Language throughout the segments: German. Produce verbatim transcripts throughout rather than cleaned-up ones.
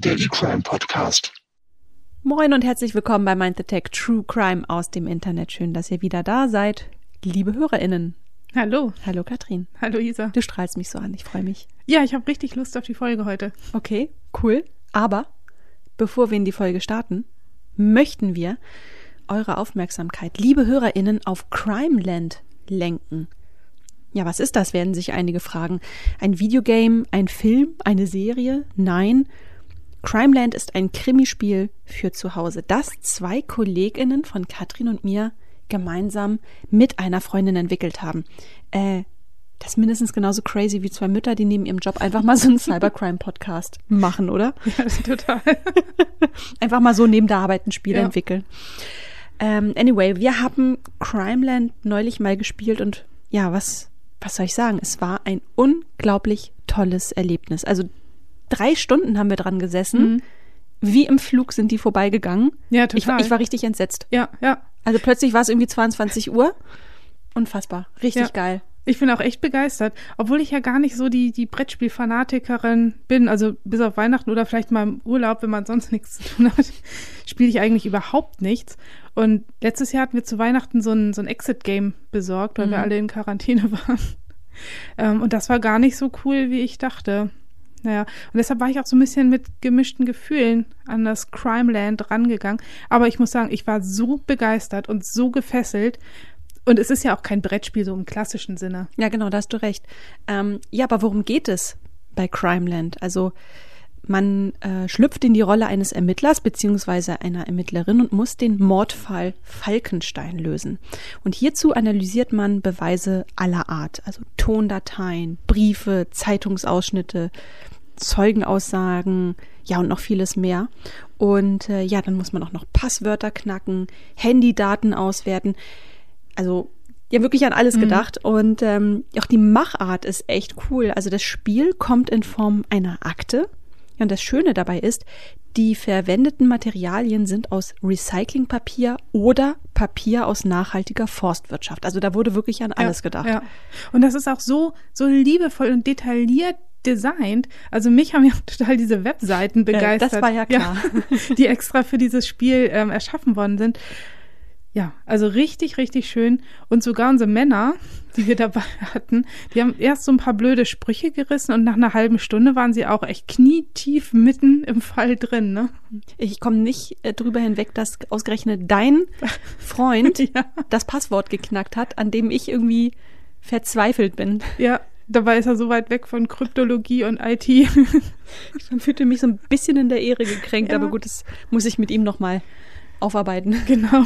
Daily Crime Podcast. Moin und herzlich willkommen bei Mind the Tech True Crime aus dem Internet. Schön, dass ihr wieder da seid, liebe HörerInnen. Hallo. Hallo Katrin. Hallo Isa. Du strahlst mich so an, ich freue mich. Ja, ich habe richtig Lust auf die Folge heute. Okay, cool. Aber bevor wir in die Folge starten, möchten wir eure Aufmerksamkeit, liebe HörerInnen, auf Crimeland lenken. Ja, was ist das, werden sich einige fragen. Ein Videogame, ein Film, eine Serie? Nein. Crimeland ist ein Krimispiel für zu Hause, das zwei KollegInnen von Katrin und mir gemeinsam mit einer Freundin entwickelt haben. Äh, das ist mindestens genauso crazy wie zwei Mütter, die neben ihrem Job einfach mal so einen Cybercrime-Podcast machen, oder? Ja, total. Einfach mal so neben der Arbeit ein Spiel ja. entwickeln. Ähm, anyway, wir haben Crimeland neulich mal gespielt und ja, was, was soll ich sagen? Es war ein unglaublich tolles Erlebnis. Also drei Stunden haben wir dran gesessen. Mhm. Wie im Flug sind die vorbeigegangen. Ja, total. Ich, ich war richtig entsetzt. Ja, ja. Also plötzlich war es irgendwie zweiundzwanzig Uhr. Unfassbar. Richtig ja. geil. Ich bin auch echt begeistert. Obwohl ich ja gar nicht so die, die Brettspiel-Fanatikerin bin. Also bis auf Weihnachten oder vielleicht mal im Urlaub, wenn man sonst nichts zu tun hat, spiele ich eigentlich überhaupt nichts. Und letztes Jahr hatten wir zu Weihnachten so ein, so ein Exit-Game besorgt, weil mhm. wir alle in Quarantäne waren. Ähm, und das war gar nicht so cool, wie ich dachte. Naja, und deshalb war ich auch so ein bisschen mit gemischten Gefühlen an das Crimeland rangegangen. Aber ich muss sagen, ich war so begeistert und so gefesselt. Und es ist ja auch kein Brettspiel so im klassischen Sinne. Ja, genau, da hast du recht. Ähm, ja, aber worum geht es bei Crimeland? Also man äh, schlüpft in die Rolle eines Ermittlers beziehungsweise einer Ermittlerin und muss den Mordfall Falkenstein lösen. Und hierzu analysiert man Beweise aller Art, also Tondateien, Briefe, Zeitungsausschnitte, Zeugenaussagen, ja und noch vieles mehr. Und äh, ja, dann muss man auch noch Passwörter knacken, Handydaten auswerten. Also ja, wirklich an alles gedacht. Mhm. Und ähm, auch die Machart ist echt cool. Also das Spiel kommt in Form einer Akte. Und das Schöne dabei ist, die verwendeten Materialien sind aus Recyclingpapier oder Papier aus nachhaltiger Forstwirtschaft. Also da wurde wirklich an alles ja, gedacht. Ja. Und das ist auch so, so liebevoll und detailliert designt. Also mich haben ja total diese Webseiten begeistert. Ja, das war ja klar. Ja, die extra für dieses Spiel ähm, erschaffen worden sind. Ja, also richtig, richtig schön. Und sogar unsere Männer, die wir dabei hatten, die haben erst so ein paar blöde Sprüche gerissen und nach einer halben Stunde waren sie auch echt knietief mitten im Fall drin, ne? Ich komme nicht äh, drüber hinweg, dass ausgerechnet dein Freund ja. das Passwort geknackt hat, an dem ich irgendwie verzweifelt bin. Ja, dabei ist er so weit weg von Kryptologie und I T. Ich fühlte mich so ein bisschen in der Ehre gekränkt, ja. aber gut, das muss ich mit ihm nochmal aufarbeiten. Genau.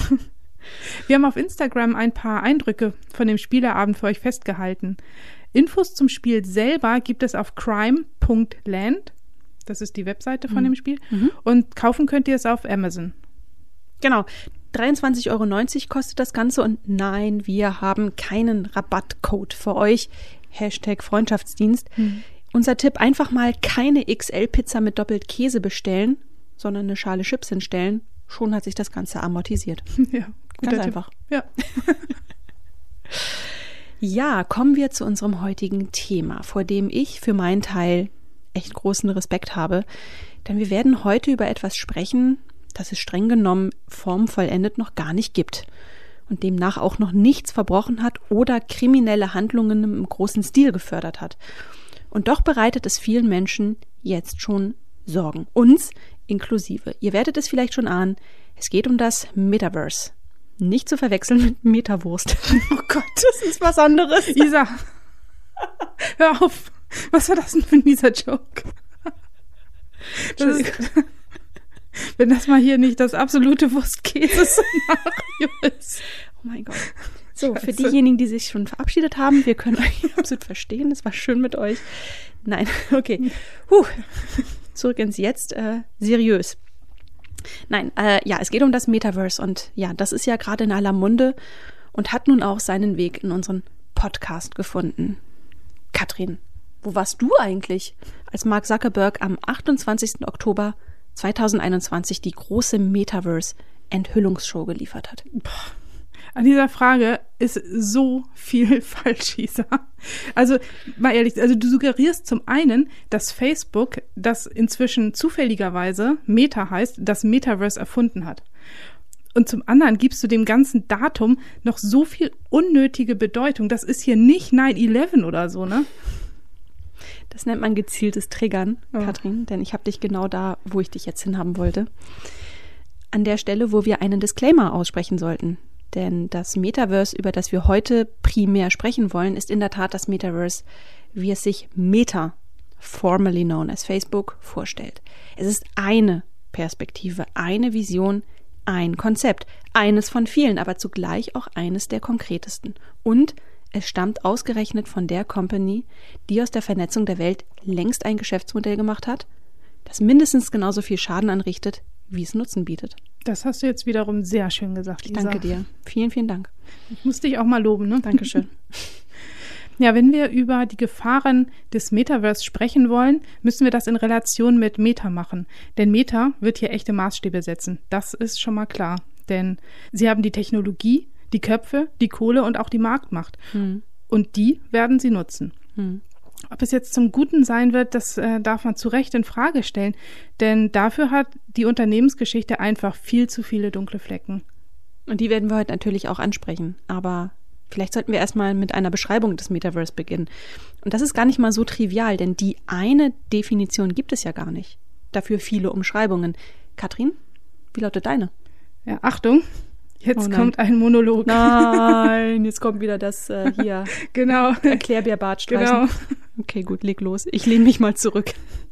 Wir haben auf Instagram ein paar Eindrücke von dem Spieleabend für euch festgehalten. Infos zum Spiel selber gibt es auf crime punkt land. Das ist die Webseite von mhm. dem Spiel. Mhm. Und kaufen könnt ihr es auf Amazon. Genau. dreiundzwanzig Euro neunzig kostet das Ganze. Und nein, wir haben keinen Rabattcode für euch. Hashtag Freundschaftsdienst. Mhm. Unser Tipp, einfach mal keine X L-Pizza mit doppelt Käse bestellen, sondern eine Schale Chips hinstellen. Schon hat sich das Ganze amortisiert. Ja. Ganz einfach. Ja. Ja, kommen wir zu unserem heutigen Thema, vor dem ich für meinen Teil echt großen Respekt habe. Denn wir werden heute über etwas sprechen, das es streng genommen formvollendet noch gar nicht gibt und demnach auch noch nichts verbrochen hat oder kriminelle Handlungen im großen Stil gefördert hat. Und doch bereitet es vielen Menschen jetzt schon Sorgen. Uns inklusive. Ihr werdet es vielleicht schon ahnen, es geht um das Metaverse. Nicht zu verwechseln mit Metawurst. Oh Gott, das ist was anderes. Isa, hör auf. Was war das denn für ein mieser Joke? Das ist, wenn das mal hier nicht das absolute Wurstkäse-Szenario ist. Oh mein Gott. So, Scheiße. Für diejenigen, die sich schon verabschiedet haben, wir können euch absolut verstehen. Es war schön mit euch. Nein, okay. Puh. Zurück ins Jetzt. Äh, seriös. Nein, äh, ja, es geht um das Metaverse und ja, das ist ja gerade in aller Munde und hat nun auch seinen Weg in unseren Podcast gefunden. Katrin, wo warst du eigentlich, als Mark Zuckerberg am achtundzwanzigsten Oktober zweitausendeinundzwanzig die große Metaverse-Enthüllungsshow geliefert hat? An dieser Frage ist so viel falsch, Isa. Also, mal ehrlich, also du suggerierst zum einen, dass Facebook, das inzwischen zufälligerweise Meta heißt, das Metaverse erfunden hat. Und zum anderen gibst du dem ganzen Datum noch so viel unnötige Bedeutung. Das ist hier nicht nine eleven oder so, ne? Das nennt man gezieltes Triggern, Oh. Katrin, denn ich habe dich genau da, wo ich dich jetzt hinhaben wollte. An der Stelle, wo wir einen Disclaimer aussprechen sollten. Denn das Metaverse, über das wir heute primär sprechen wollen, ist in der Tat das Metaverse, wie es sich Meta, formerly known as Facebook, vorstellt. Es ist eine Perspektive, eine Vision, ein Konzept, eines von vielen, aber zugleich auch eines der konkretesten. Und es stammt ausgerechnet von der Company, die aus der Vernetzung der Welt längst ein Geschäftsmodell gemacht hat, das mindestens genauso viel Schaden anrichtet, wie es Nutzen bietet. Das hast du jetzt wiederum sehr schön gesagt, Lisa. Danke dir. Vielen, vielen Dank. Ich muss dich auch mal loben, ne? Dankeschön. Ja, wenn wir über die Gefahren des Metaverse sprechen wollen, müssen wir das in Relation mit Meta machen. Denn Meta wird hier echte Maßstäbe setzen. Das ist schon mal klar. Denn sie haben die Technologie, die Köpfe, die Kohle und auch die Marktmacht. Hm. Und die werden sie nutzen. Hm. Ob es jetzt zum Guten sein wird, das äh, darf man zu Recht in Frage stellen. Denn dafür hat die Unternehmensgeschichte einfach viel zu viele dunkle Flecken. Und die werden wir heute natürlich auch ansprechen. Aber vielleicht sollten wir erstmal mit einer Beschreibung des Metaverse beginnen. Und das ist gar nicht mal so trivial, denn die eine Definition gibt es ja gar nicht. Dafür viele Umschreibungen. Katrin, wie lautet deine? Ja, Achtung, jetzt oh kommt ein Monolog. Nein, jetzt kommt wieder das äh, hier. Genau. Erklärbär-Bart streichen. Genau. Okay, gut, leg los. Ich lehne mich mal zurück.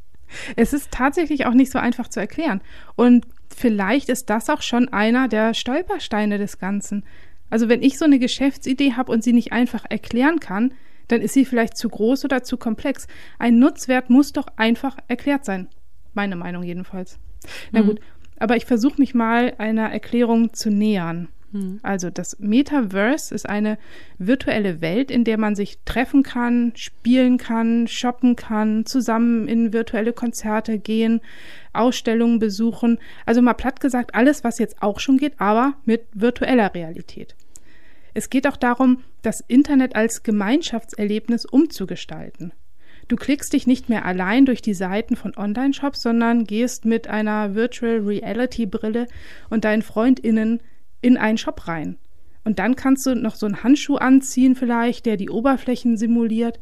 Es ist tatsächlich auch nicht so einfach zu erklären. Und vielleicht ist das auch schon einer der Stolpersteine des Ganzen. Also wenn ich so eine Geschäftsidee habe und sie nicht einfach erklären kann, dann ist sie vielleicht zu groß oder zu komplex. Ein Nutzwert muss doch einfach erklärt sein. Meine Meinung jedenfalls. Na gut, aber ich versuche mich mal einer Erklärung zu nähern. Hm. Also das Metaverse ist eine virtuelle Welt, in der man sich treffen kann, spielen kann, shoppen kann, zusammen in virtuelle Konzerte gehen, Ausstellungen besuchen. Also mal platt gesagt, alles, was jetzt auch schon geht, aber mit virtueller Realität. Es geht auch darum, das Internet als Gemeinschaftserlebnis umzugestalten. Du klickst dich nicht mehr allein durch die Seiten von Online-Shops, sondern gehst mit einer Virtual Reality-Brille und deinen FreundInnen in einen Shop rein. Und dann kannst du noch so einen Handschuh anziehen vielleicht, der die Oberflächen simuliert.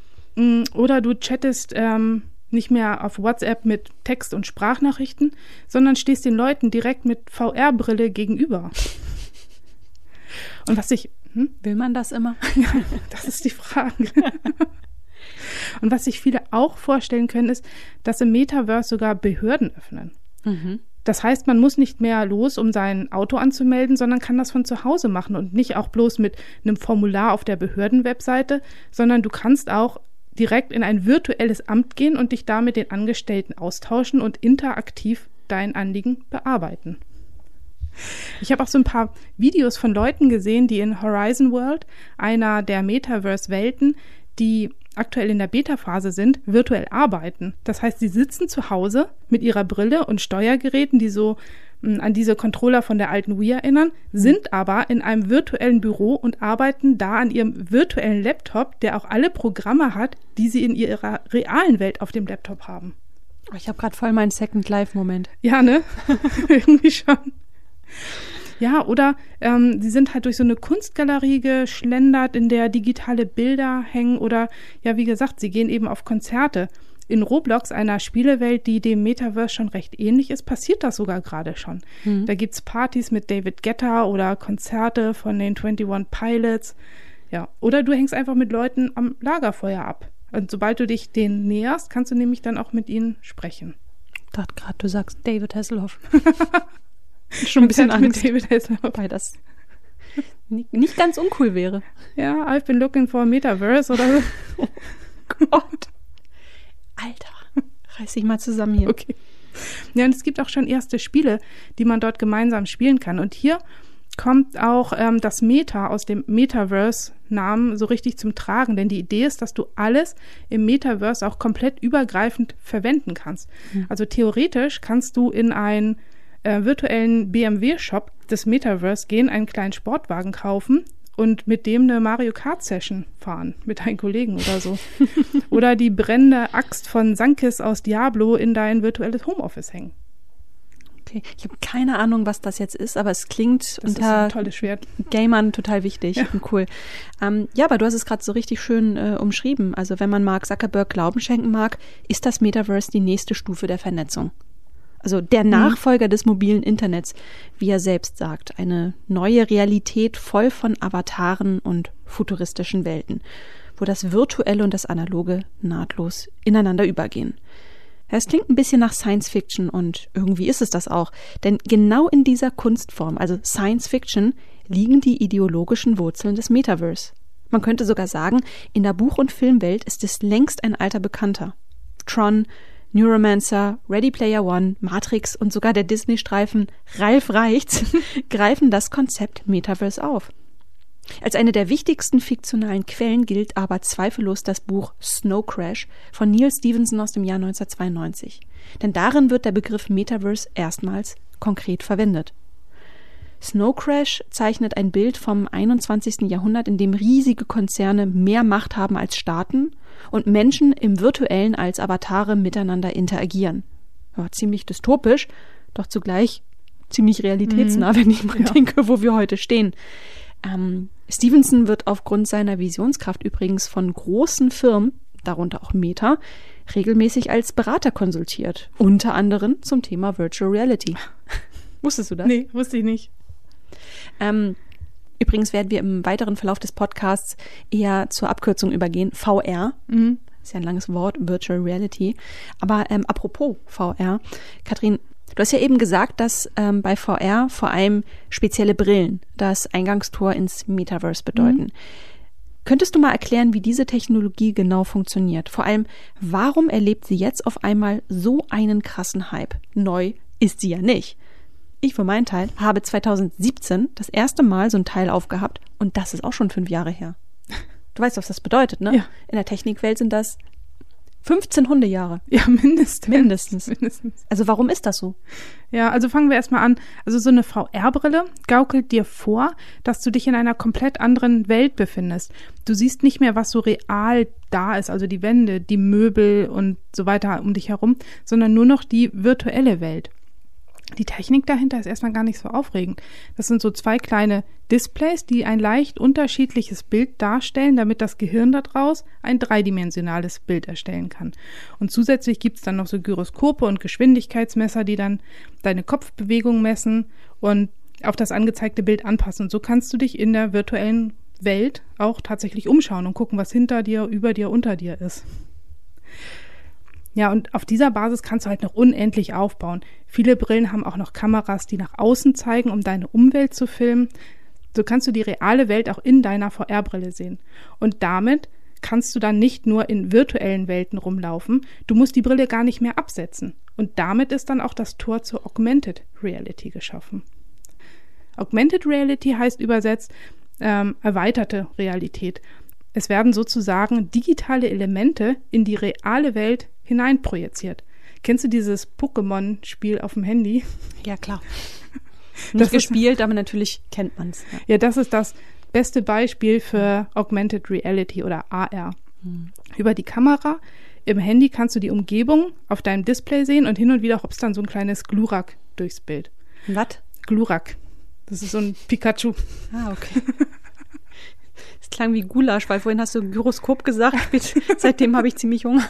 Oder du chattest ähm, nicht mehr auf WhatsApp mit Text- und Sprachnachrichten, sondern stehst den Leuten direkt mit V R-Brille gegenüber. Und was ich... Hm? Will man das immer? Ja, das ist die Frage. Und was sich viele auch vorstellen können, ist, dass im Metaverse sogar Behörden öffnen. Mhm. Das heißt, man muss nicht mehr los, um sein Auto anzumelden, sondern kann das von zu Hause machen und nicht auch bloß mit einem Formular auf der Behördenwebseite, sondern du kannst auch direkt in ein virtuelles Amt gehen und dich da mit den Angestellten austauschen und interaktiv dein Anliegen bearbeiten. Ich habe auch so ein paar Videos von Leuten gesehen, die in Horizon World, einer der Metaverse-Welten, die aktuell in der Beta-Phase sind, virtuell arbeiten. Das heißt, sie sitzen zu Hause mit ihrer Brille und Steuergeräten, die so mh, an diese Controller von der alten Wii erinnern, sind aber in einem virtuellen Büro und arbeiten da an ihrem virtuellen Laptop, der auch alle Programme hat, die sie in ihrer realen Welt auf dem Laptop haben. Ich habe gerade voll meinen Second-Life-Moment. Ja, ne? Irgendwie schon. Ja, oder ähm, sie sind halt durch so eine Kunstgalerie geschlendert, in der digitale Bilder hängen oder, ja, wie gesagt, sie gehen eben auf Konzerte. In Roblox, einer Spielewelt, die dem Metaverse schon recht ähnlich ist, passiert das sogar gerade schon. Mhm. Da gibt's Partys mit David Guetta oder Konzerte von den einundzwanzig Pilots. Ja, oder du hängst einfach mit Leuten am Lagerfeuer ab. Und sobald du dich denen näherst, kannst du nämlich dann auch mit ihnen sprechen. Ich dachte gerade, du sagst David Hasselhoff. Schon ein bisschen Angst, mit David Hasselhoff. Wobei das nicht, nicht ganz uncool wäre. Ja, I've been looking for a Metaverse oder so. Oh Gott. Alter, reiß dich mal zusammen hier. Okay. Ja, und es gibt auch schon erste Spiele, die man dort gemeinsam spielen kann. Und hier kommt auch ähm, das Meta aus dem Metaverse-Namen so richtig zum Tragen. Denn die Idee ist, dass du alles im Metaverse auch komplett übergreifend verwenden kannst. Mhm. Also theoretisch kannst du in einen äh, virtuellen B M W-Shop das Metaverse gehen, einen kleinen Sportwagen kaufen und mit dem eine Mario Kart Session fahren, mit deinen Kollegen oder so. Oder die brennende Axt von Sankis aus Diablo in dein virtuelles Homeoffice hängen. Okay, ich habe keine Ahnung, was das jetzt ist, aber es klingt das unter ist ein tolles Schwert. Gamern total wichtig Ja. und cool. Ähm, ja, aber du hast es gerade so richtig schön äh, umschrieben. Also wenn man Mark Zuckerberg Glauben schenken mag, ist das Metaverse die nächste Stufe der Vernetzung. Also der Nachfolger des mobilen Internets, wie er selbst sagt. Eine neue Realität voll von Avataren und futuristischen Welten, wo das Virtuelle und das Analoge nahtlos ineinander übergehen. Ja, es klingt ein bisschen nach Science Fiction und irgendwie ist es das auch. Denn genau in dieser Kunstform, also Science Fiction, liegen die ideologischen Wurzeln des Metaverse. Man könnte sogar sagen, in der Buch- und Filmwelt ist es längst ein alter Bekannter. Tron, Neuromancer, Ready Player One, Matrix und sogar der Disney-Streifen Ralf reicht's greifen das Konzept Metaverse auf. Als eine der wichtigsten fiktionalen Quellen gilt aber zweifellos das Buch Snow Crash von Neal Stephenson aus dem Jahr neunzehnhundertzweiundneunzig. Denn darin wird der Begriff Metaverse erstmals konkret verwendet. Snow Crash zeichnet ein Bild vom einundzwanzigsten Jahrhundert, in dem riesige Konzerne mehr Macht haben als Staaten und Menschen im Virtuellen als Avatare miteinander interagieren. Ja, ziemlich dystopisch, doch zugleich ziemlich realitätsnah, mhm. wenn ich mal ja. denke, wo wir heute stehen. Ähm, Stevenson wird aufgrund seiner Visionskraft übrigens von großen Firmen, darunter auch Meta, regelmäßig als Berater konsultiert. Unter anderem zum Thema Virtual Reality. Wusstest du das? Nee, wusste ich nicht. Ähm, übrigens werden wir im weiteren Verlauf des Podcasts eher zur Abkürzung übergehen. V R. Mhm. Ist ja ein langes Wort, Virtual Reality. Aber ähm, apropos V R, Katrin, du hast ja eben gesagt, dass ähm, bei V R vor allem spezielle Brillen das Eingangstor ins Metaverse bedeuten. Mhm. Könntest du mal erklären, wie diese Technologie genau funktioniert? Vor allem, warum erlebt sie jetzt auf einmal so einen krassen Hype? Neu ist sie ja nicht. Ich für meinen Teil habe zweitausendsiebzehn das erste Mal so ein Teil aufgehabt und das ist auch schon fünf Jahre her. Du weißt, was das bedeutet, ne? Ja. In der Technikwelt sind das fünfzehn Hundejahre. Ja, mindestens. Mindestens. mindestens. Also warum ist das so? Ja, also fangen wir erstmal an. Also so eine V R-Brille gaukelt dir vor, dass du dich in einer komplett anderen Welt befindest. Du siehst nicht mehr, was so real da ist, also die Wände, die Möbel und so weiter um dich herum, sondern nur noch die virtuelle Welt. Die Technik dahinter ist erstmal gar nicht so aufregend. Das sind so zwei kleine Displays, die ein leicht unterschiedliches Bild darstellen, damit das Gehirn daraus ein dreidimensionales Bild erstellen kann. Und zusätzlich gibt es dann noch so Gyroskope und Geschwindigkeitsmesser, die dann deine Kopfbewegung messen und auf das angezeigte Bild anpassen. Und so kannst du dich in der virtuellen Welt auch tatsächlich umschauen und gucken, was hinter dir, über dir, unter dir ist. Ja, und auf dieser Basis kannst du halt noch unendlich aufbauen. Viele Brillen haben auch noch Kameras, die nach außen zeigen, um deine Umwelt zu filmen. So kannst du die reale Welt auch in deiner V R-Brille sehen. Und damit kannst du dann nicht nur in virtuellen Welten rumlaufen, du musst die Brille gar nicht mehr absetzen. Und damit ist dann auch das Tor zur Augmented Reality geschaffen. Augmented Reality heißt übersetzt ähm, erweiterte Realität. Es werden sozusagen digitale Elemente in die reale Welt hineinprojiziert. Kennst du dieses Pokémon-Spiel auf dem Handy? Ja, klar. Nicht das gespielt, ist, aber natürlich kennt man es. Ja. ja, das ist das beste Beispiel für Augmented Reality oder A R. Hm. Über die Kamera im Handy kannst du die Umgebung auf deinem Display sehen und hin und wieder hoppst dann so ein kleines Glurak durchs Bild. Was? Glurak. Das ist so ein Pikachu. Ah, okay. Das klang wie Gulasch, weil vorhin hast du Gyroskop gesagt. Seitdem habe ich ziemlich Hunger.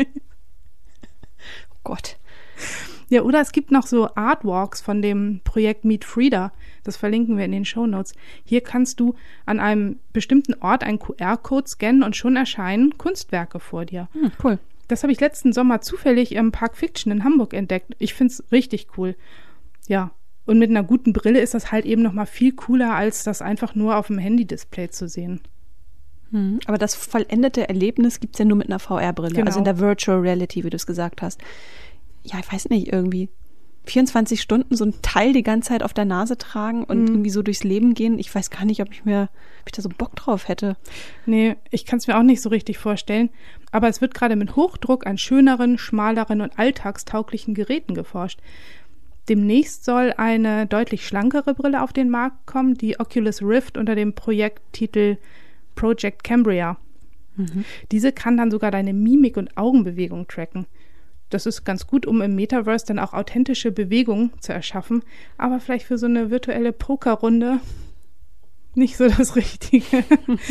Oh Gott. Ja, oder es gibt noch so Artwalks von dem Projekt Meet Frida. Das verlinken wir in den Shownotes. Hier kannst du an einem bestimmten Ort einen Q R-Code scannen und schon erscheinen Kunstwerke vor dir. Hm, cool. Das habe ich letzten Sommer zufällig im Park Fiction in Hamburg entdeckt. Ich finde es richtig cool. Ja, und mit einer guten Brille ist das halt eben noch mal viel cooler, als das einfach nur auf dem Handy-Display zu sehen. Hm, aber das vollendete Erlebnis gibt es ja nur mit einer V R-Brille, genau. Also in der Virtual Reality, wie du es gesagt hast. Ja, ich weiß nicht, irgendwie vierundzwanzig Stunden so ein Teil die ganze Zeit auf der Nase tragen und mhm. irgendwie so durchs Leben gehen. Ich weiß gar nicht, ob ich mir, ob ich da so Bock drauf hätte. Nee, ich kann es mir auch nicht so richtig vorstellen. Aber es wird gerade mit Hochdruck an schöneren, schmaleren und alltagstauglichen Geräten geforscht. Demnächst soll eine deutlich schlankere Brille auf den Markt kommen, die Oculus Rift unter dem Projekttitel Project Cambria. Mhm. Diese kann dann sogar deine Mimik und Augenbewegung tracken. Das ist ganz gut, um im Metaverse dann auch authentische Bewegungen zu erschaffen, aber vielleicht für so eine virtuelle Pokerrunde nicht so das Richtige.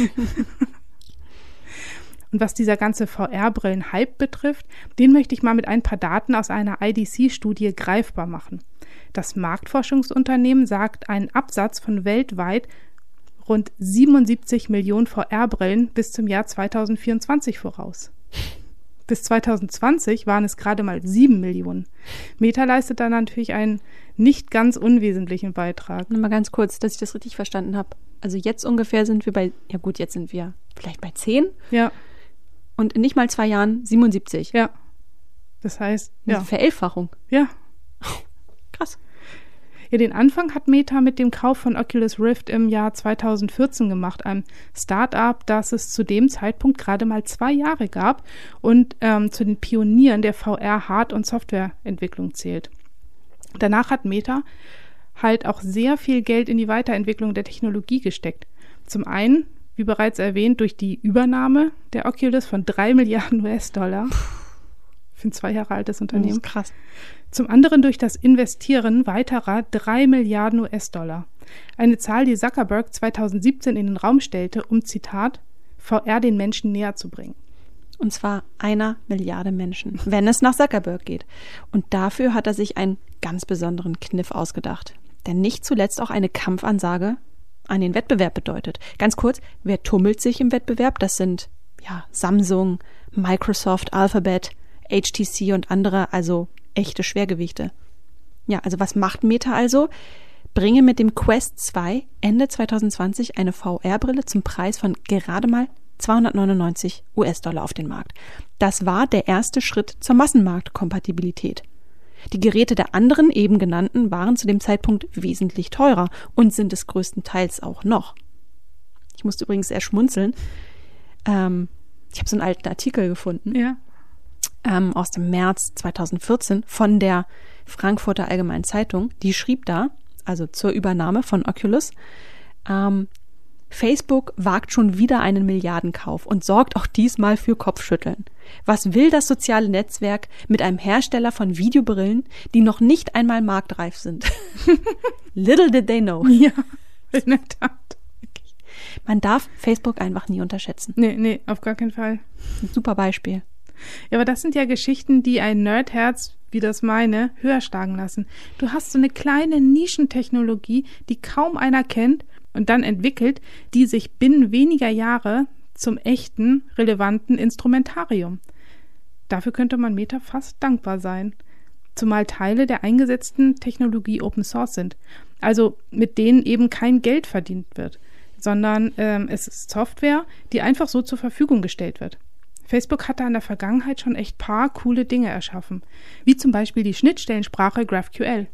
Und was dieser ganze V R-Brillen-Hype betrifft, den möchte ich mal mit ein paar Daten aus einer I D C-Studie greifbar machen. Das Marktforschungsunternehmen sagt einen Absatz von weltweit rund siebenundsiebzig Millionen V R-Brillen bis zum Jahr zweitausendvierundzwanzig voraus. Bis zweitausendzwanzig waren es gerade mal sieben Millionen. Meta leistet da natürlich einen nicht ganz unwesentlichen Beitrag. Nur mal ganz kurz, dass ich das richtig verstanden habe. Also jetzt ungefähr sind wir bei, ja gut, jetzt sind wir vielleicht bei zehn. Ja. Und in nicht mal zwei Jahren siebenundsiebzig. Ja. Das heißt, ja. ja. Verelfachung. Ja. Krass. Ja, den Anfang hat Meta mit dem Kauf von Oculus Rift im Jahr zweitausendvierzehn gemacht, einem Start-up, das es zu dem Zeitpunkt gerade mal zwei Jahre gab und ähm, zu den Pionieren der V R-Hard- und Softwareentwicklung zählt. Danach hat Meta halt auch sehr viel Geld in die Weiterentwicklung der Technologie gesteckt. Zum einen, wie bereits erwähnt, durch die Übernahme der Oculus von drei Milliarden U S-Dollar. Für ein zwei Jahre altes Unternehmen. Das ist krass. Zum anderen durch das Investieren weiterer drei Milliarden U S-Dollar. Eine Zahl, die Zuckerberg zweitausendsiebzehn in den Raum stellte, um, Zitat, V R den Menschen näher zu bringen. Und zwar einer Milliarde Menschen, wenn es nach Zuckerberg geht. Und dafür hat er sich einen ganz besonderen Kniff ausgedacht. Der nicht zuletzt auch eine Kampfansage an den Wettbewerb bedeutet. Ganz kurz, wer tummelt sich im Wettbewerb? Das sind ja Samsung, Microsoft, Alphabet, H T C und andere, also echte Schwergewichte. Ja, also was macht Meta also? Bringe mit dem Quest zwei Ende zweitausendzwanzig eine V R-Brille zum Preis von gerade mal zweihundertneunundneunzig U S-Dollar auf den Markt. Das war der erste Schritt zur Massenmarktkompatibilität. Die Geräte der anderen eben genannten waren zu dem Zeitpunkt wesentlich teurer und sind es größtenteils auch noch. Ich musste übrigens eher schmunzeln. Ähm, ich habe so einen alten Artikel gefunden. Ja. Ähm, aus dem März zweitausendvierzehn von der Frankfurter Allgemeinen Zeitung. Die schrieb da, also zur Übernahme von Oculus, ähm, Facebook wagt schon wieder einen Milliardenkauf und sorgt auch diesmal für Kopfschütteln. Was will das soziale Netzwerk mit einem Hersteller von Videobrillen, die noch nicht einmal marktreif sind? Little did they know. Ja, in der Tat. Man darf Facebook einfach nie unterschätzen. Nee, nee, auf gar keinen Fall. Ein super Beispiel. Ja, aber das sind ja Geschichten, die ein Nerdherz wie das meine höher schlagen lassen. Du hast so eine kleine Nischentechnologie, die kaum einer kennt und dann entwickelt, die sich binnen weniger Jahre zum echten, relevanten Instrumentarium. Dafür könnte man Meta fast dankbar sein. Zumal Teile der eingesetzten Technologie Open Source sind. Also mit denen eben kein Geld verdient wird, sondern ähm, es ist Software, die einfach so zur Verfügung gestellt wird. Facebook hatte in der Vergangenheit schon echt paar coole Dinge erschaffen, wie zum Beispiel die Schnittstellensprache GraphQL.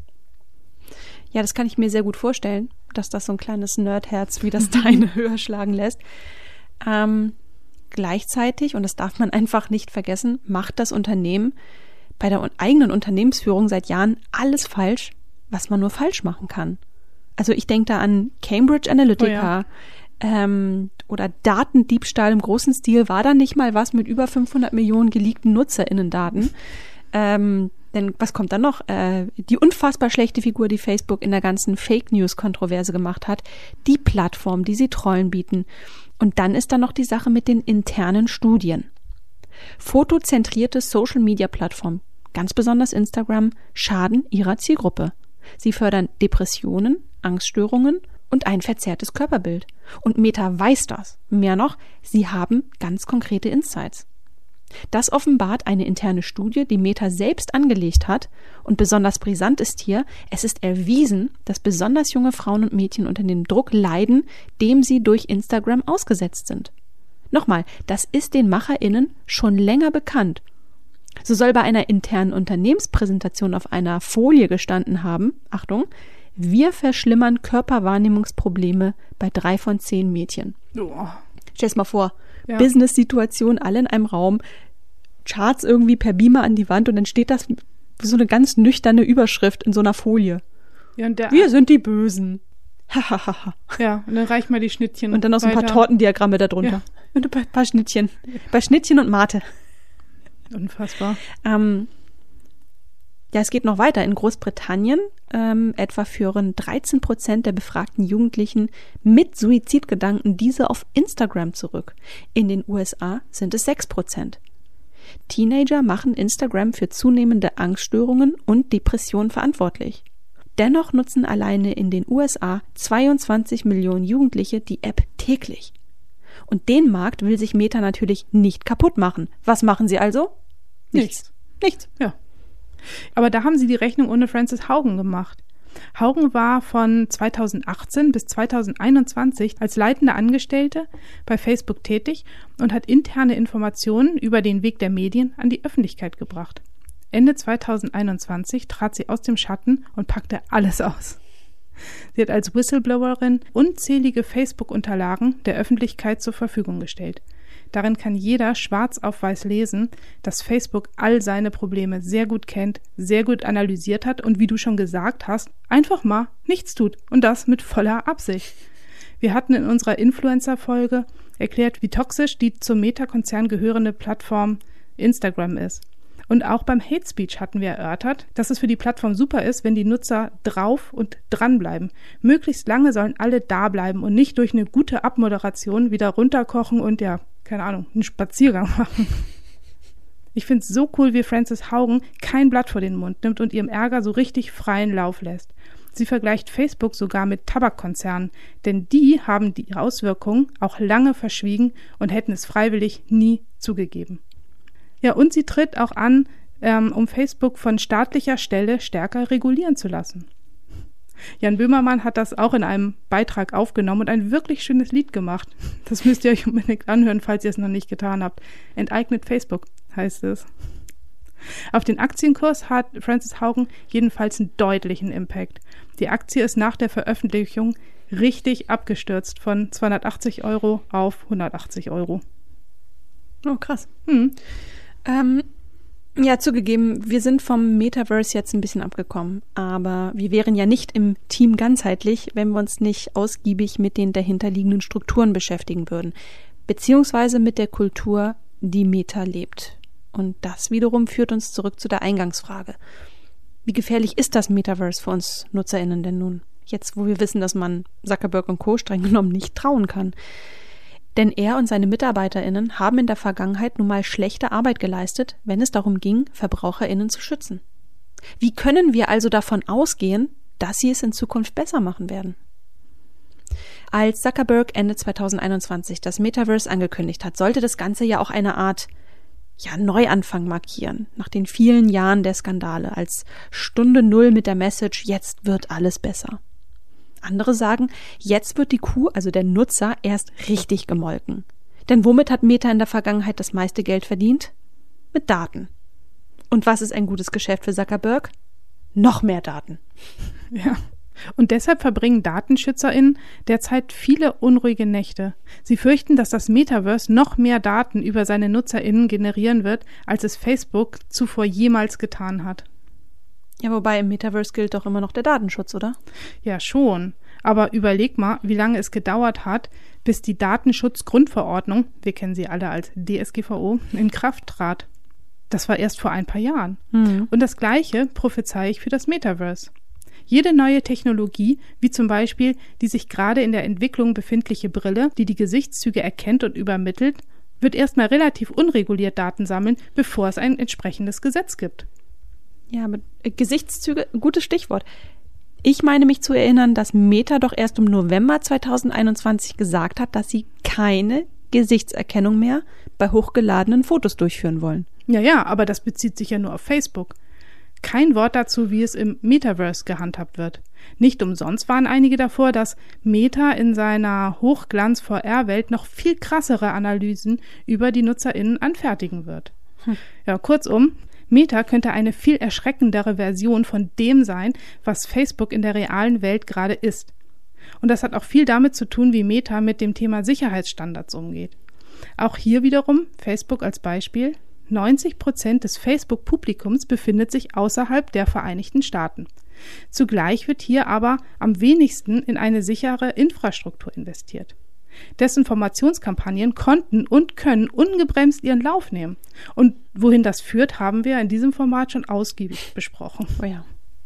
Ja, das kann ich mir sehr gut vorstellen, dass das so ein kleines Nerdherz wie das deine höher schlagen lässt. Ähm, gleichzeitig, und das darf man einfach nicht vergessen, macht das Unternehmen bei der eigenen Unternehmensführung seit Jahren alles falsch, was man nur falsch machen kann. Also ich denke da an Cambridge Analytica, oh ja. ähm, oder Datendiebstahl im großen Stil. War da nicht mal was mit über fünfhundert Millionen geleakten NutzerInnen-Daten? Ähm, denn was kommt dann noch? Äh, die unfassbar schlechte Figur, die Facebook in der ganzen Fake-News-Kontroverse gemacht hat. Die Plattform, die sie Trollen bieten. Und dann ist da noch die Sache mit den internen Studien. Fotozentrierte Social-Media-Plattformen, ganz besonders Instagram, schaden ihrer Zielgruppe. Sie fördern Depressionen, Angststörungen und ein verzerrtes Körperbild. Und Meta weiß das. Mehr noch, sie haben ganz konkrete Insights. Das offenbart eine interne Studie, die Meta selbst angelegt hat. Und besonders brisant ist hier, es ist erwiesen, dass besonders junge Frauen und Mädchen unter dem Druck leiden, dem sie durch Instagram ausgesetzt sind. Nochmal, das ist den MacherInnen schon länger bekannt. So soll bei einer internen Unternehmenspräsentation auf einer Folie gestanden haben, Achtung, wir verschlimmern Körperwahrnehmungsprobleme bei drei von zehn Mädchen. Oh. Stell's mal vor, ja. Business-Situation, alle in einem Raum, Charts irgendwie per Beamer an die Wand und dann steht das so eine ganz nüchterne Überschrift in so einer Folie. Ja, und der, Wir sind die Bösen. Hahaha. ja, und dann reich mal die Schnittchen. Und dann noch so ein paar weiter. Tortendiagramme darunter. Ja. Und ein paar, paar Schnittchen. Bei Schnittchen und Mate. Unfassbar. Ähm, ja, es geht noch weiter. In Großbritannien ähm, etwa führen dreizehn Prozent der befragten Jugendlichen mit Suizidgedanken diese auf Instagram zurück. In den U S A sind es sechs Prozent. Teenager machen Instagram für zunehmende Angststörungen und Depressionen verantwortlich. Dennoch nutzen alleine in den U S A zweiundzwanzig Millionen Jugendliche die App täglich. Und den Markt will sich Meta natürlich nicht kaputt machen. Was machen sie also? Nichts. Nichts. Ja. Aber da haben sie die Rechnung ohne Frances Haugen gemacht. Haugen war von zweitausendachtzehn bis zweitausendeinundzwanzig als leitende Angestellte bei Facebook tätig und hat interne Informationen über den Weg der Medien an die Öffentlichkeit gebracht. Ende zweitausendeinundzwanzig trat sie aus dem Schatten und packte alles aus. Sie hat als Whistleblowerin unzählige Facebook-Unterlagen der Öffentlichkeit zur Verfügung gestellt. Darin kann jeder schwarz auf weiß lesen, dass Facebook all seine Probleme sehr gut kennt, sehr gut analysiert hat und, wie du schon gesagt hast, einfach mal nichts tut. Und das mit voller Absicht. Wir hatten in unserer Influencer-Folge erklärt, wie toxisch die zum Meta-Konzern gehörende Plattform Instagram ist. Und auch beim Hate Speech hatten wir erörtert, dass es für die Plattform super ist, wenn die Nutzer drauf und dranbleiben. Möglichst lange sollen alle da bleiben und nicht durch eine gute Abmoderation wieder runterkochen und ja, keine Ahnung, einen Spaziergang machen. Ich finde es so cool, wie Frances Haugen kein Blatt vor den Mund nimmt und ihrem Ärger so richtig freien Lauf lässt. Sie vergleicht Facebook sogar mit Tabakkonzernen, denn die haben die Auswirkungen auch lange verschwiegen und hätten es freiwillig nie zugegeben. Ja, und sie tritt auch an, ähm, um Facebook von staatlicher Stelle stärker regulieren zu lassen. Jan Böhmermann hat das auch in einem Beitrag aufgenommen und ein wirklich schönes Lied gemacht. Das müsst ihr euch unbedingt anhören, falls ihr es noch nicht getan habt. Enteignet Facebook heißt es. Auf den Aktienkurs hat Frances Haugen jedenfalls einen deutlichen Impact. Die Aktie ist nach der Veröffentlichung richtig abgestürzt von zweihundertachtzig Euro auf hundertachtzig Euro. Oh, krass. Hm. Ähm, ja, zugegeben, wir sind vom Metaverse jetzt ein bisschen abgekommen, aber wir wären ja nicht im Team ganzheitlich, wenn wir uns nicht ausgiebig mit den dahinterliegenden Strukturen beschäftigen würden, beziehungsweise mit der Kultur, die Meta lebt. Und das wiederum führt uns zurück zu der Eingangsfrage. Wie gefährlich ist das Metaverse für uns NutzerInnen denn nun? Jetzt, wo wir wissen, dass man Zuckerberg und Co. streng genommen nicht trauen kann. Denn er und seine MitarbeiterInnen haben in der Vergangenheit nun mal schlechte Arbeit geleistet, wenn es darum ging, VerbraucherInnen zu schützen. Wie können wir also davon ausgehen, dass sie es in Zukunft besser machen werden? Als Zuckerberg Ende zweitausendeinundzwanzig das Metaverse angekündigt hat, sollte das Ganze ja auch eine Art ja, Neuanfang markieren, nach den vielen Jahren der Skandale, als Stunde Null mit der Message, jetzt wird alles besser. Andere sagen, jetzt wird die Kuh, also der Nutzer, erst richtig gemolken. Denn womit hat Meta in der Vergangenheit das meiste Geld verdient? Mit Daten. Und was ist ein gutes Geschäft für Zuckerberg? Noch mehr Daten. Ja. Und deshalb verbringen DatenschützerInnen derzeit viele unruhige Nächte. Sie fürchten, dass das Metaverse noch mehr Daten über seine NutzerInnen generieren wird, als es Facebook zuvor jemals getan hat. Ja, wobei im Metaverse gilt doch immer noch der Datenschutz, oder? Ja, schon. Aber überleg mal, wie lange es gedauert hat, bis die Datenschutzgrundverordnung, wir kennen sie alle als D S G V O, in Kraft trat. Das war erst vor ein paar Jahren. Mhm. Und das Gleiche prophezeie ich für das Metaverse. Jede neue Technologie, wie zum Beispiel die sich gerade in der Entwicklung befindliche Brille, die die Gesichtszüge erkennt und übermittelt, wird erstmal relativ unreguliert Daten sammeln, bevor es ein entsprechendes Gesetz gibt. Ja, aber Gesichtszüge, gutes Stichwort. Ich meine mich zu erinnern, dass Meta doch erst im November zweitausendeinundzwanzig gesagt hat, dass sie keine Gesichtserkennung mehr bei hochgeladenen Fotos durchführen wollen. Ja, ja, aber das bezieht sich ja nur auf Facebook. Kein Wort dazu, wie es im Metaverse gehandhabt wird. Nicht umsonst waren einige davor, dass Meta in seiner Hochglanz-V R-Welt noch viel krassere Analysen über die NutzerInnen anfertigen wird. Hm. Ja, kurzum, Meta könnte eine viel erschreckendere Version von dem sein, was Facebook in der realen Welt gerade ist. Und das hat auch viel damit zu tun, wie Meta mit dem Thema Sicherheitsstandards umgeht. Auch hier wiederum, Facebook als Beispiel, neunzig Prozent des Facebook-Publikums befindet sich außerhalb der Vereinigten Staaten. Zugleich wird hier aber am wenigsten in eine sichere Infrastruktur investiert. Desinformationskampagnen konnten und können ungebremst ihren Lauf nehmen. Und wohin das führt, haben wir in diesem Format schon ausgiebig besprochen. Oh ja.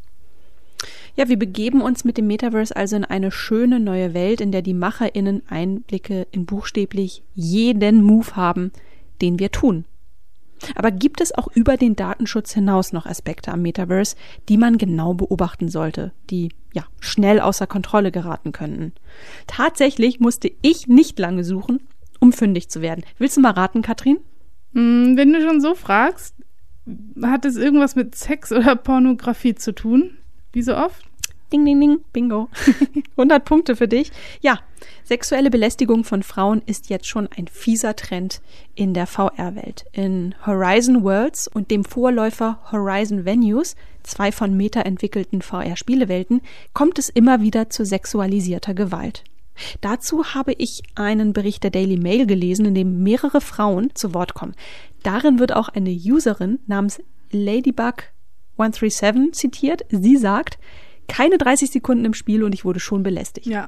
Ja, wir begeben uns mit dem Metaverse also in eine schöne neue Welt, in der die MacherInnen Einblicke in buchstäblich jeden Move haben, den wir tun. Aber gibt es auch über den Datenschutz hinaus noch Aspekte am Metaverse, die man genau beobachten sollte, die ja schnell außer Kontrolle geraten könnten? Tatsächlich musste ich nicht lange suchen, um fündig zu werden. Willst du mal raten, Katrin? Wenn du schon so fragst, hat es irgendwas mit Sex oder Pornografie zu tun? Wie so oft? Ding, ding, ding, bingo. hundert Punkte für dich. Ja, sexuelle Belästigung von Frauen ist jetzt schon ein fieser Trend in der V R-Welt. In Horizon Worlds und dem Vorläufer Horizon Venues, zwei von Meta entwickelten V R-Spielewelten, kommt es immer wieder zu sexualisierter Gewalt. Dazu habe ich einen Bericht der Daily Mail gelesen, in dem mehrere Frauen zu Wort kommen. Darin wird auch eine Userin namens Ladybug hundertsiebenunddreißig zitiert. Sie sagt: Keine dreißig Sekunden im Spiel und ich wurde schon belästigt. Ja.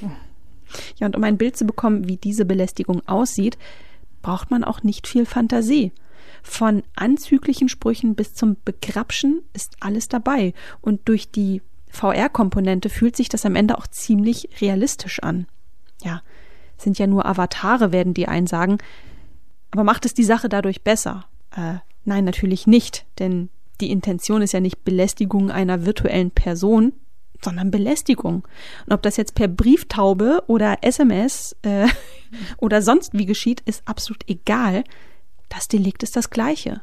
Ja, und um ein Bild zu bekommen, wie diese Belästigung aussieht, braucht man auch nicht viel Fantasie. Von anzüglichen Sprüchen bis zum Begrapschen ist alles dabei. Und durch die V R-Komponente fühlt sich das am Ende auch ziemlich realistisch an. Ja, sind ja nur Avatare, werden die einen sagen. Aber macht es die Sache dadurch besser? Äh, nein, natürlich nicht, denn die Intention ist ja nicht Belästigung einer virtuellen Person, sondern Belästigung. Und ob das jetzt per Brieftaube oder S M S äh, oder sonst wie geschieht, ist absolut egal. Das Delikt ist das Gleiche.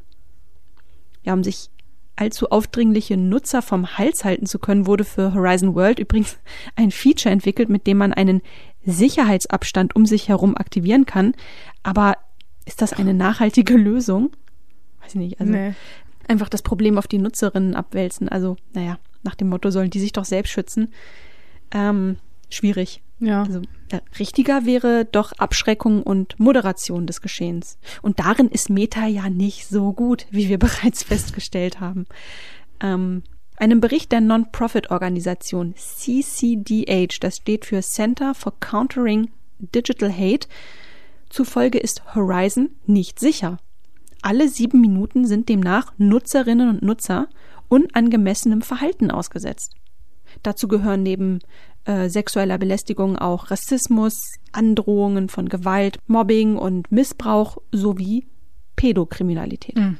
Ja, um sich allzu aufdringliche Nutzer vom Hals halten zu können, wurde für Horizon World übrigens ein Feature entwickelt, mit dem man einen Sicherheitsabstand um sich herum aktivieren kann. Aber ist das eine nachhaltige Lösung? Weiß ich nicht. Also nee. Einfach das Problem auf die Nutzerinnen abwälzen. Also, naja, nach dem Motto, sollen die sich doch selbst schützen. Ähm, schwierig. Ja. Also, ja, richtiger wäre doch Abschreckung und Moderation des Geschehens. Und darin ist Meta ja nicht so gut, wie wir bereits festgestellt haben. Ähm, einem Bericht der Non-Profit-Organisation C C D H, das steht für Center for Countering Digital Hate, zufolge ist Horizon nicht sicher. Alle sieben Minuten sind demnach Nutzerinnen und Nutzer unangemessenem Verhalten ausgesetzt. Dazu gehören neben äh, sexueller Belästigung auch Rassismus, Androhungen von Gewalt, Mobbing und Missbrauch sowie Pädokriminalität. Mhm.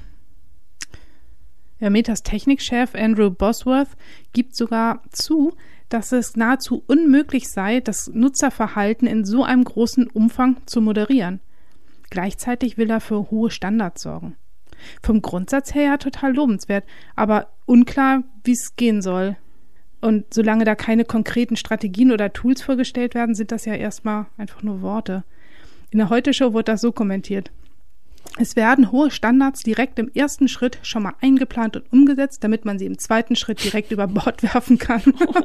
Ja, Metas Technikchef Andrew Bosworth gibt sogar zu, dass es nahezu unmöglich sei, das Nutzerverhalten in so einem großen Umfang zu moderieren. Gleichzeitig will er für hohe Standards sorgen. Vom Grundsatz her ja total lobenswert, aber unklar, wie es gehen soll. Und solange da keine konkreten Strategien oder Tools vorgestellt werden, sind das ja erstmal einfach nur Worte. In der Heute-Show wurde das so kommentiert: Es werden hohe Standards direkt im ersten Schritt schon mal eingeplant und umgesetzt, damit man sie im zweiten Schritt direkt über Bord werfen kann.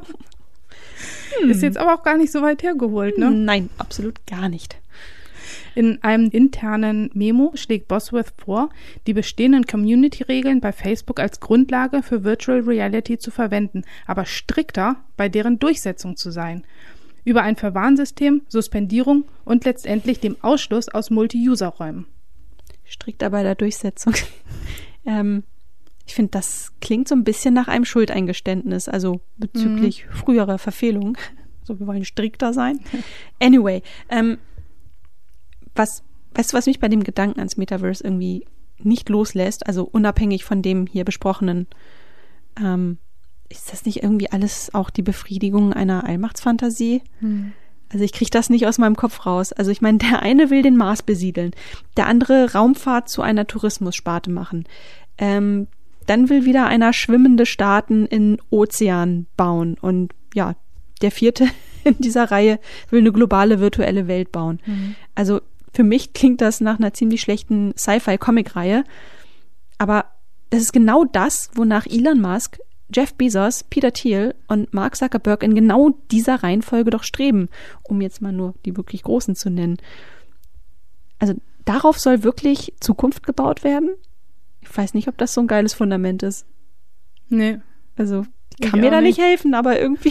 hm. Ist jetzt aber auch gar nicht so weit hergeholt, ne? Nein, absolut gar nicht. In einem internen Memo schlägt Bosworth vor, die bestehenden Community-Regeln bei Facebook als Grundlage für Virtual Reality zu verwenden, aber strikter bei deren Durchsetzung zu sein. Über ein Verwarnsystem, Suspendierung und letztendlich dem Ausschluss aus Multi-User-Räumen. Strikter bei der Durchsetzung. ähm, ich finde, das klingt so ein bisschen nach einem Schuldeingeständnis, also bezüglich mhm. früherer Verfehlungen. So, wir wollen strikter sein. Anyway, ähm, Was, weißt du, was mich bei dem Gedanken ans Metaverse irgendwie nicht loslässt, also unabhängig von dem hier besprochenen, ähm, ist das nicht irgendwie alles auch die Befriedigung einer Allmachtsfantasie? Hm. Also ich kriege das nicht aus meinem Kopf raus. Also ich meine, der eine will den Mars besiedeln, der andere Raumfahrt zu einer Tourismussparte machen. Ähm, dann will wieder einer schwimmende Staaten in Ozean bauen und ja, der vierte in dieser Reihe will eine globale virtuelle Welt bauen. Hm. Also für mich klingt das nach einer ziemlich schlechten Sci-Fi-Comic-Reihe. Aber das ist genau das, wonach Elon Musk, Jeff Bezos, Peter Thiel und Mark Zuckerberg in genau dieser Reihenfolge doch streben, um jetzt mal nur die wirklich Großen zu nennen. Also darauf soll wirklich Zukunft gebaut werden? Ich weiß nicht, ob das so ein geiles Fundament ist. Nee. Also, Ich kann mir auch da nicht nicht. helfen, aber irgendwie.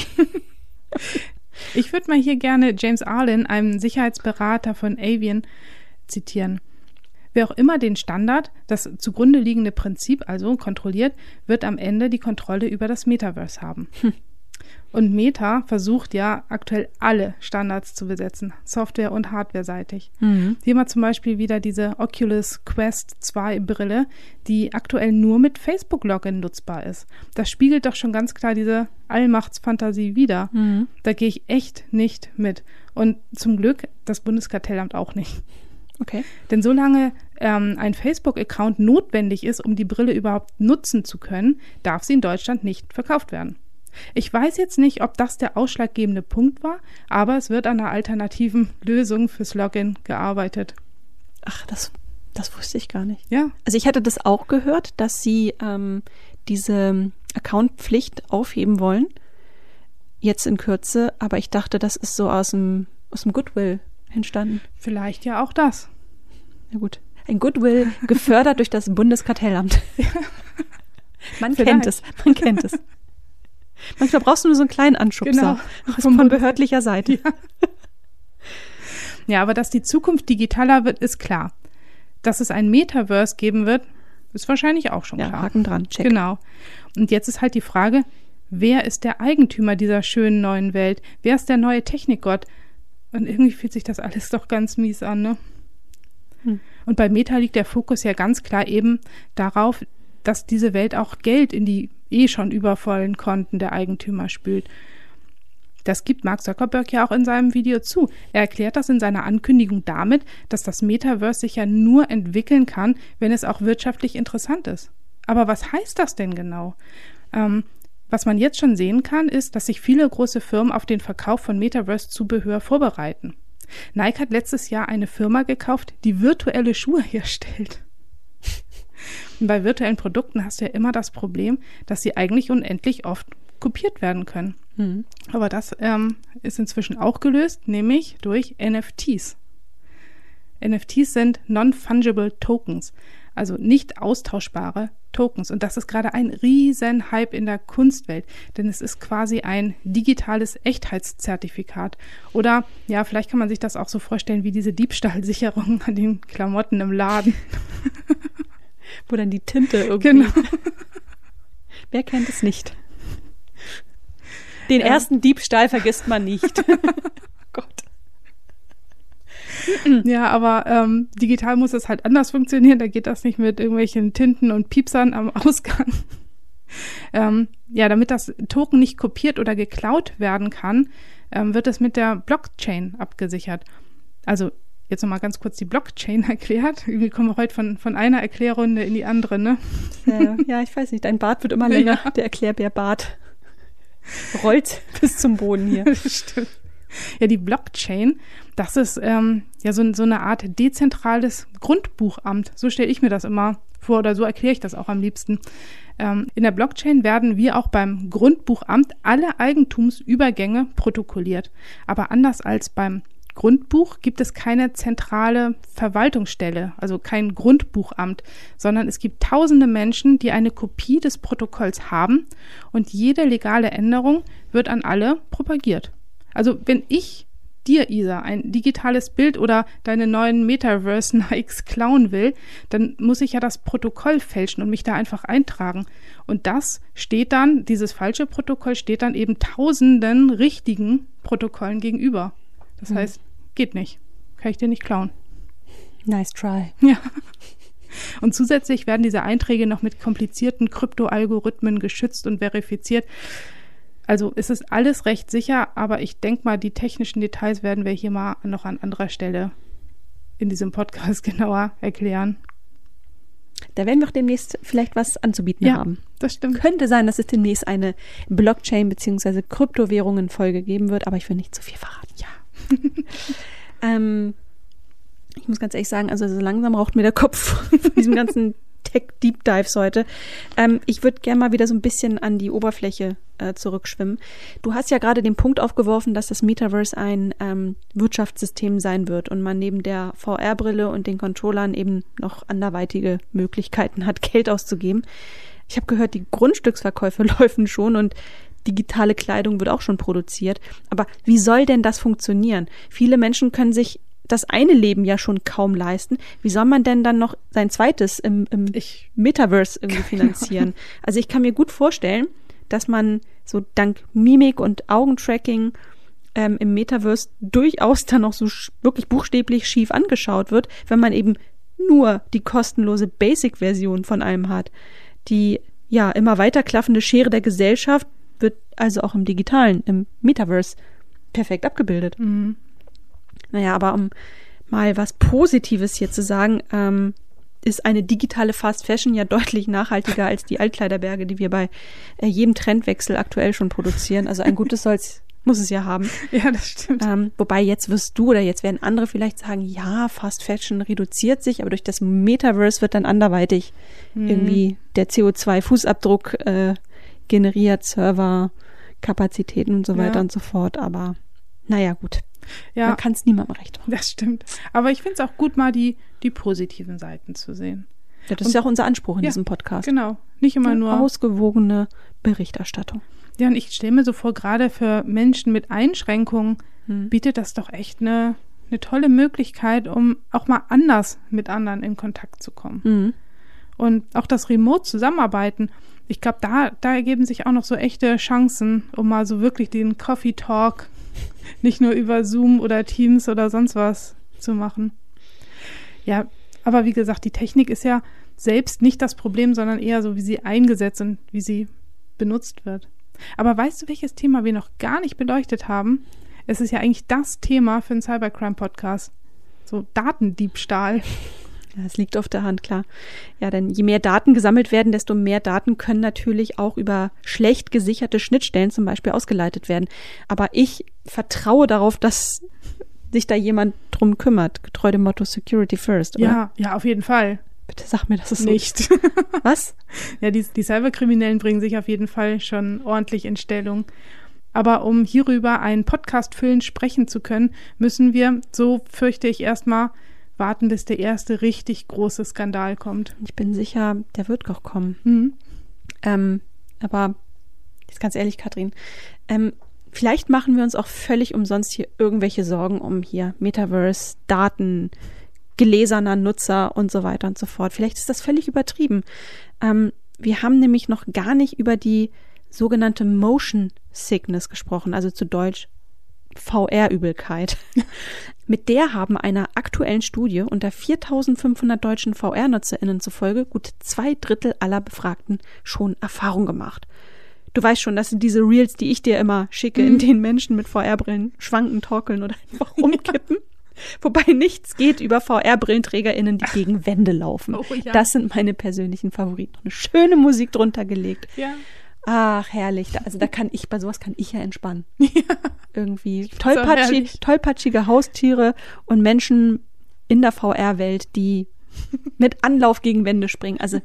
Ich würde mal hier gerne James Arlen, einen Sicherheitsberater von Avian, zitieren. Wer auch immer den Standard, das zugrunde liegende Prinzip also kontrolliert, wird am Ende die Kontrolle über das Metaverse haben. Hm. Und Meta versucht ja aktuell alle Standards zu besetzen, Software- und Hardware-seitig. Mhm. Hier mal zum Beispiel wieder diese Oculus Quest zwei Brille, die aktuell nur mit Facebook-Login nutzbar ist. Das spiegelt doch schon ganz klar diese Allmachtsfantasie wider. Mhm. Da gehe ich echt nicht mit. Und zum Glück das Bundeskartellamt auch nicht. Okay. Denn solange ähm, ein Facebook-Account notwendig ist, um die Brille überhaupt nutzen zu können, darf sie in Deutschland nicht verkauft werden. Ich weiß jetzt nicht, ob das der ausschlaggebende Punkt war, aber es wird an einer alternativen Lösung fürs Login gearbeitet. Ach, das, das wusste ich gar nicht. Ja. Also ich hatte das auch gehört, dass sie ähm, diese Accountpflicht aufheben wollen, jetzt in Kürze, aber ich dachte, das ist so aus dem, aus dem Goodwill entstanden. Vielleicht ja auch das. Na gut. Ein Goodwill gefördert durch das Bundeskartellamt. Man Vielleicht. kennt es, man kennt es. Manchmal brauchst du nur so einen kleinen Anschubser. Genau. Von, von behördlicher Seite. Ja. Ja, aber dass die Zukunft digitaler wird, ist klar. Dass es ein Metaverse geben wird, ist wahrscheinlich auch schon Ja, klar. Haken dran, check. Genau. Und jetzt ist halt die Frage, wer ist der Eigentümer dieser schönen neuen Welt? Wer ist der neue Technikgott? Und irgendwie fühlt sich das alles doch ganz mies an, ne? Hm. Und bei Meta liegt der Fokus ja ganz klar eben darauf, dass diese Welt auch Geld in die eh schon übervollen Konten der Eigentümer spült. Das gibt Mark Zuckerberg ja auch in seinem Video zu. Er erklärt das in seiner Ankündigung damit, dass das Metaverse sich ja nur entwickeln kann, wenn es auch wirtschaftlich interessant ist. Aber was heißt das denn genau? Ähm, was man jetzt schon sehen kann, ist, dass sich viele große Firmen auf den Verkauf von Metaverse-Zubehör vorbereiten. Nike hat letztes Jahr eine Firma gekauft, die virtuelle Schuhe herstellt. Und bei virtuellen Produkten hast du ja immer das Problem, dass sie eigentlich unendlich oft kopiert werden können. Mhm. Aber das ähm, ist inzwischen auch gelöst, nämlich durch N F Ts. N F Ts sind Non-Fungible Tokens, also nicht austauschbare Tokens. Und das ist gerade ein riesen Hype in der Kunstwelt, denn es ist quasi ein digitales Echtheitszertifikat. Oder, ja, vielleicht kann man sich das auch so vorstellen wie diese Diebstahlsicherung an den Klamotten im Laden. Wo dann die Tinte irgendwie... Genau. Wer kennt es nicht? Den ähm. ersten Diebstahl vergisst man nicht. Gott. Ja, aber ähm, digital muss es halt anders funktionieren. Da geht das nicht mit irgendwelchen Tinten und Piepsern am Ausgang. ähm, ja, damit das Token nicht kopiert oder geklaut werden kann, ähm, wird es mit der Blockchain abgesichert. Also jetzt nochmal ganz kurz die Blockchain erklärt. Irgendwie kommen wir heute von, von einer Erklärrunde in die andere, ne? Ja, ja, ich weiß nicht. Dein Bart wird immer länger. Ja. Der Erklärbär-Bart rollt bis zum Boden hier. Stimmt. Ja, die Blockchain, das ist ähm, ja so, so eine Art dezentrales Grundbuchamt. So stelle ich mir das immer vor oder so erkläre ich das auch am liebsten. Ähm, in der Blockchain werden wie auch beim Grundbuchamt alle Eigentumsübergänge protokolliert. Aber anders als beim Grundbuch gibt es keine zentrale Verwaltungsstelle, also kein Grundbuchamt, sondern es gibt tausende Menschen, die eine Kopie des Protokolls haben und jede legale Änderung wird an alle propagiert. Also wenn ich dir, Isa, ein digitales Bild oder deine neuen Metaverse-Nikes klauen will, dann muss ich ja das Protokoll fälschen und mich da einfach eintragen. Und das steht dann, dieses falsche Protokoll steht dann eben tausenden richtigen Protokollen gegenüber. Das mhm. heißt, geht nicht. Kann ich dir nicht klauen. Nice try. Ja. Und zusätzlich werden diese Einträge noch mit komplizierten Kryptoalgorithmen geschützt und verifiziert. Also es ist alles recht sicher, aber ich denke mal, die technischen Details werden wir hier mal noch an anderer Stelle in diesem Podcast genauer erklären. Da werden wir auch demnächst vielleicht was anzubieten ja, haben. Das stimmt. Könnte sein, dass es demnächst eine Blockchain- bzw. Kryptowährungen-Folge geben wird, aber ich will nicht zu viel verraten. Ja. ähm, ich muss ganz ehrlich sagen, also so langsam raucht mir der Kopf von diesem ganzen Tech-Deep Dives heute. Ähm, ich würde gerne mal wieder so ein bisschen an die Oberfläche äh, zurückschwimmen. Du hast ja gerade den Punkt aufgeworfen, dass das Metaverse ein ähm, Wirtschaftssystem sein wird und man neben der V R-Brille und den Controllern eben noch anderweitige Möglichkeiten hat, Geld auszugeben. Ich habe gehört, die Grundstücksverkäufe laufen schon und digitale Kleidung wird auch schon produziert. Aber wie soll denn das funktionieren? Viele Menschen können sich das eine Leben ja schon kaum leisten. Wie soll man denn dann noch sein zweites im, im Ich- Metaverse irgendwie finanzieren? Also ich kann mir gut vorstellen, dass man so dank Mimik und Augentracking ähm, im Metaverse durchaus dann noch so sch- wirklich buchstäblich schief angeschaut wird, wenn man eben nur die kostenlose Basic-Version von einem hat. Die ja immer weiter klaffende Schere der Gesellschaft wird also auch im Digitalen, im Metaverse perfekt abgebildet. Mhm. Naja, aber um mal was Positives hier zu sagen, ähm, ist eine digitale Fast Fashion ja deutlich nachhaltiger als die Altkleiderberge, die wir bei äh, jedem Trendwechsel aktuell schon produzieren. Also ein gutes soll's, muss es ja haben. Ja, das stimmt. Ähm, wobei jetzt wirst du oder jetzt werden andere vielleicht sagen, ja, Fast Fashion reduziert sich, aber durch das Metaverse wird dann anderweitig Mhm. irgendwie der C O zwei Fußabdruck äh, generiert, Server, Kapazitäten und so weiter Ja. und so fort. Aber naja, gut. Ja, Man kann es niemandem recht machen. das stimmt. Aber ich finde es auch gut, mal die, die positiven Seiten zu sehen. Ja, das ist ja auch unser Anspruch in Ja, diesem Podcast. Genau. Nicht immer Ja, nur. ausgewogene Berichterstattung. Ja, und ich stelle mir so vor, gerade für Menschen mit Einschränkungen Hm. bietet das doch echt eine, eine tolle Möglichkeit, um auch mal anders mit anderen in Kontakt zu kommen. Mhm. Und auch das Remote-Zusammenarbeiten, ich glaube, da, da ergeben sich auch noch so echte Chancen, um mal so wirklich den Coffee Talk nicht nur über Zoom oder Teams oder sonst was zu machen. Ja, aber wie gesagt, die Technik ist ja selbst nicht das Problem, sondern eher so, wie sie eingesetzt und wie sie benutzt wird. Aber weißt du, welches Thema wir noch gar nicht beleuchtet haben? Es ist ja eigentlich das Thema für einen Cybercrime-Podcast. So Datendiebstahl. Ja, es liegt auf der Hand, klar. Ja, denn je mehr Daten gesammelt werden, desto mehr Daten können natürlich auch über schlecht gesicherte Schnittstellen zum Beispiel ausgeleitet werden. Aber ich vertraue darauf, dass sich da jemand drum kümmert, getreu dem Motto Security First, oder? Ja, ja, auf jeden Fall. Bitte sag mir, dass es so Nicht. ist. Was? Ja, die, die Cyberkriminellen bringen sich auf jeden Fall schon ordentlich in Stellung. Aber um hierüber einen Podcast füllend sprechen zu können, müssen wir, so fürchte ich erstmal, warten, bis der erste richtig große Skandal kommt. Ich bin sicher, der wird auch kommen. Mhm. Ähm, aber jetzt ganz ehrlich, Katrin, ähm, vielleicht machen wir uns auch völlig umsonst hier irgendwelche Sorgen um hier Metaverse, Daten, gläserner Nutzer und so weiter und so fort. Vielleicht ist das völlig übertrieben. Ähm, wir haben nämlich noch gar nicht über die sogenannte Motion Sickness gesprochen, also zu Deutsch V R-Übelkeit. Mit der haben einer aktuellen Studie unter viertausendfünfhundert deutschen V R-NutzerInnen zufolge gut zwei Drittel aller Befragten schon Erfahrung gemacht. Du weißt schon, das sind diese Reels, die ich dir immer schicke, Mhm. in denen Menschen mit V R-Brillen schwanken, torkeln oder einfach umkippen. Wobei nichts geht über V R-BrillenträgerInnen, die gegen Wände laufen. Oh ja. Das sind meine persönlichen Favoriten. Noch eine schöne Musik drunter gelegt. Ja. Ach, herrlich. Da, also da kann ich, bei sowas kann ich ja entspannen. Ja. Irgendwie auch tollpatschig, herrlich. tollpatschige Haustiere und Menschen in der V R-Welt, die mit Anlauf gegen Wände springen. Also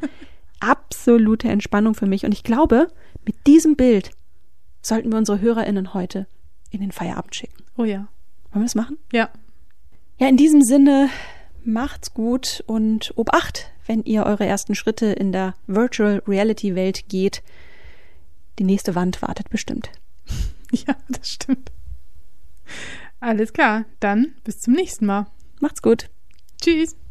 absolute Entspannung für mich. Und ich glaube, mit diesem Bild sollten wir unsere HörerInnen heute in den Feierabend schicken. Oh ja. Wollen wir das machen? Ja. Ja, in diesem Sinne, macht's gut und Obacht, wenn ihr eure ersten Schritte in der Virtual Reality Welt geht. Die nächste Wand wartet bestimmt. Ja, das stimmt. Alles klar. Dann bis zum nächsten Mal. Macht's gut. Tschüss.